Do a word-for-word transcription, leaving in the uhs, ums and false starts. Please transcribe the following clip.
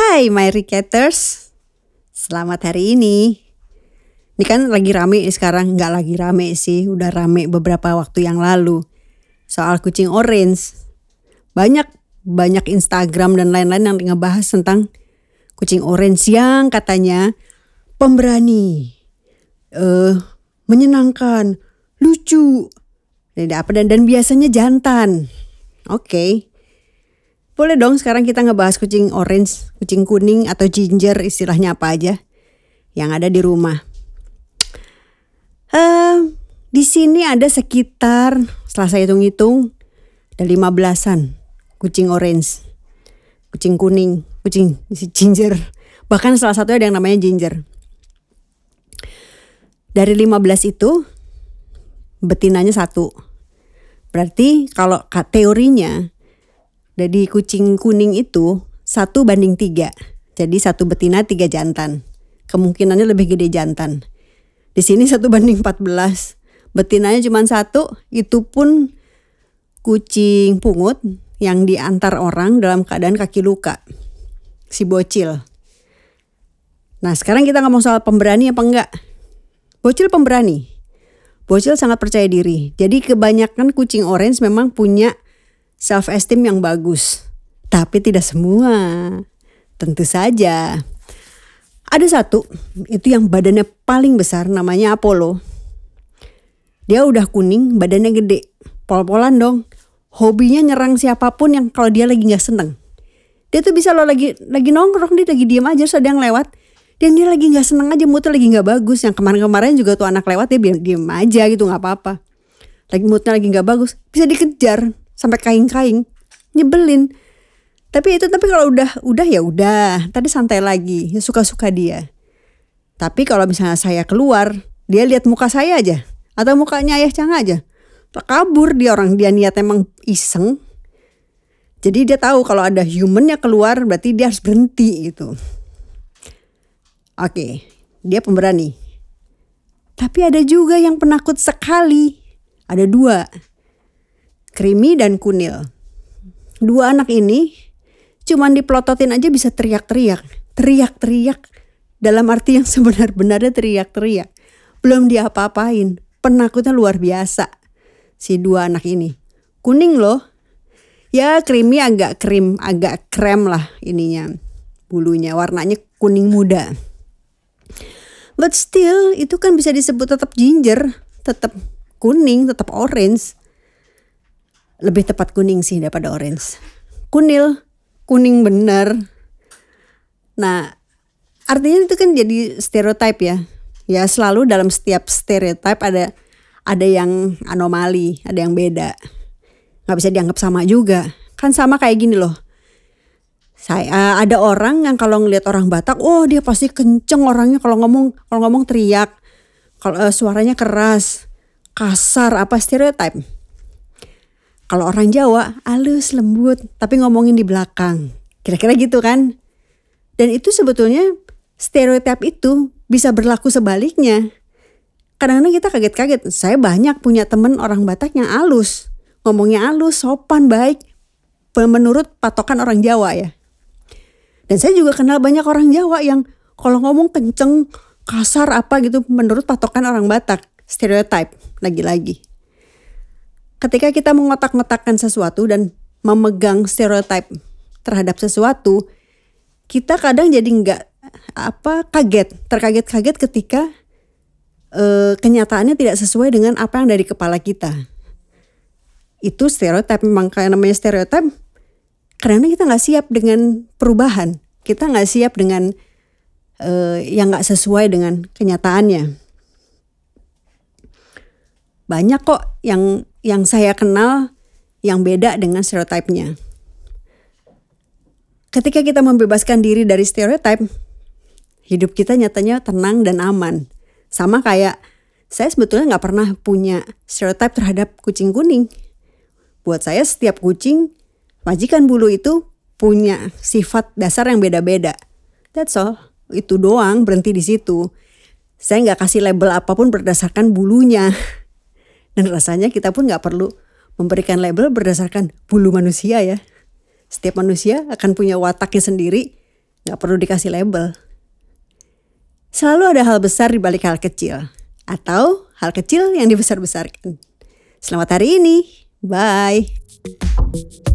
Hai my Recaters, selamat hari ini. Ini kan lagi rame sekarang, nggak lagi rame sih, udah rame beberapa waktu yang lalu. Soal kucing orange. Banyak, banyak Instagram dan lain-lain yang ngebahas tentang kucing orange yang katanya pemberani, uh, menyenangkan, lucu, dan, dan, dan biasanya jantan. Oke. Okay. Boleh dong sekarang kita ngebahas kucing orange, kucing kuning atau ginger, istilahnya apa aja yang ada di rumah. Uh, di sini ada sekitar, setelah saya hitung-hitung, ada lima belasan kucing orange, kucing kuning, kucing ginger. Bahkan salah satu ada yang namanya ginger. Dari lima belas itu, betinanya satu. Berarti kalau teorinya, dari kucing kuning itu satu banding tiga. Jadi satu betina tiga jantan. Kemungkinannya lebih gede jantan. Di sini satu banding empat belas. Betinanya cuma satu. Itu pun kucing pungut yang diantar orang dalam keadaan kaki luka. Si bocil. Nah sekarang kita ngomong soal pemberani apa enggak. Bocil pemberani. Bocil sangat percaya diri. Jadi kebanyakan kucing orange memang punya self esteem yang bagus, tapi tidak semua. Tentu saja. Ada satu, itu yang badannya paling besar, namanya Apollo. Dia udah kuning, badannya gede, pol-polan dong. Hobinya nyerang siapapun yang kalau dia lagi nggak seneng. Dia tuh bisa lo lagi lagi nongkrong, dia lagi diem aja, terus ada yang lewat, dan dia lagi nggak seneng aja, moodnya lagi nggak bagus. Yang kemarin-kemarin juga tuh anak lewat dia diem aja gitu, nggak apa-apa. Lagi moodnya lagi nggak bagus, bisa dikejar sampai kaing-kaing, nyebelin. Tapi itu tapi kalau udah udah ya udah, tadi santai lagi, ya suka-suka dia. Tapi kalau misalnya saya keluar, dia lihat muka saya aja atau mukanya Ayah Chang aja, kabur dia, orang dia niat emang iseng. Jadi dia tahu kalau ada humannya keluar berarti dia harus berhenti gitu. Oke, dia pemberani. Tapi ada juga yang penakut sekali. Ada dua. Creamy dan Kunil. Dua anak ini cuman dipelototin aja bisa teriak-teriak. Teriak-teriak dalam arti yang sebenar-benarnya teriak-teriak. Belum diapa-apain. Penakutnya luar biasa. Si dua anak ini. Kuning loh. Ya Creamy agak krim, agak krem lah ininya. Bulunya warnanya kuning muda. But still itu kan bisa disebut tetap ginger. Tetap kuning, tetap orange. Lebih tepat kuning sih daripada orange. Kunil, kuning bener. Nah, artinya itu kan jadi stereotype ya. Ya selalu dalam setiap stereotype ada ada yang anomali, ada yang beda. Gak bisa dianggap sama juga. Kan sama kayak gini loh. Saya ada orang yang kalau ngelihat orang Batak, oh dia pasti kenceng orangnya kalau ngomong kalau ngomong teriak, kalau uh, suaranya keras, kasar, apa stereotype. Kalau orang Jawa, halus, lembut, tapi ngomongin di belakang. Kira-kira gitu kan? Dan itu sebetulnya stereotip itu bisa berlaku sebaliknya. Kadang-kadang kita kaget-kaget. Saya banyak punya temen orang Batak yang halus. Ngomongnya halus, sopan, baik. Menurut patokan orang Jawa ya. Dan saya juga kenal banyak orang Jawa yang kalau ngomong kenceng, kasar apa gitu. Menurut patokan orang Batak. Stereotip, lagi-lagi. Ketika kita mengotak-ngotakkan sesuatu dan memegang stereotip terhadap sesuatu, kita kadang jadi nggak apa kaget, terkaget-kaget ketika e, kenyataannya tidak sesuai dengan apa yang dari kepala kita. Itu stereotip, memang kayak namanya stereotip. Karena kita nggak siap dengan perubahan, kita nggak siap dengan e, yang nggak sesuai dengan kenyataannya. Banyak kok yang yang saya kenal yang beda dengan stereotipnya. Ketika kita membebaskan diri dari stereotip, hidup kita nyatanya tenang dan aman. Sama kayak saya sebetulnya gak pernah punya stereotip terhadap kucing kuning. Buat saya setiap kucing, majikan bulu itu punya sifat dasar yang beda-beda. That's all. Itu doang, berhenti di situ. Saya gak kasih label apapun berdasarkan bulunya. Dan rasanya kita pun gak perlu memberikan label berdasarkan bulu manusia ya. Setiap manusia akan punya wataknya sendiri Gak perlu dikasih label. Selalu ada hal besar di balik hal kecil. Atau hal kecil yang dibesar-besarkan. Selamat hari ini. Bye.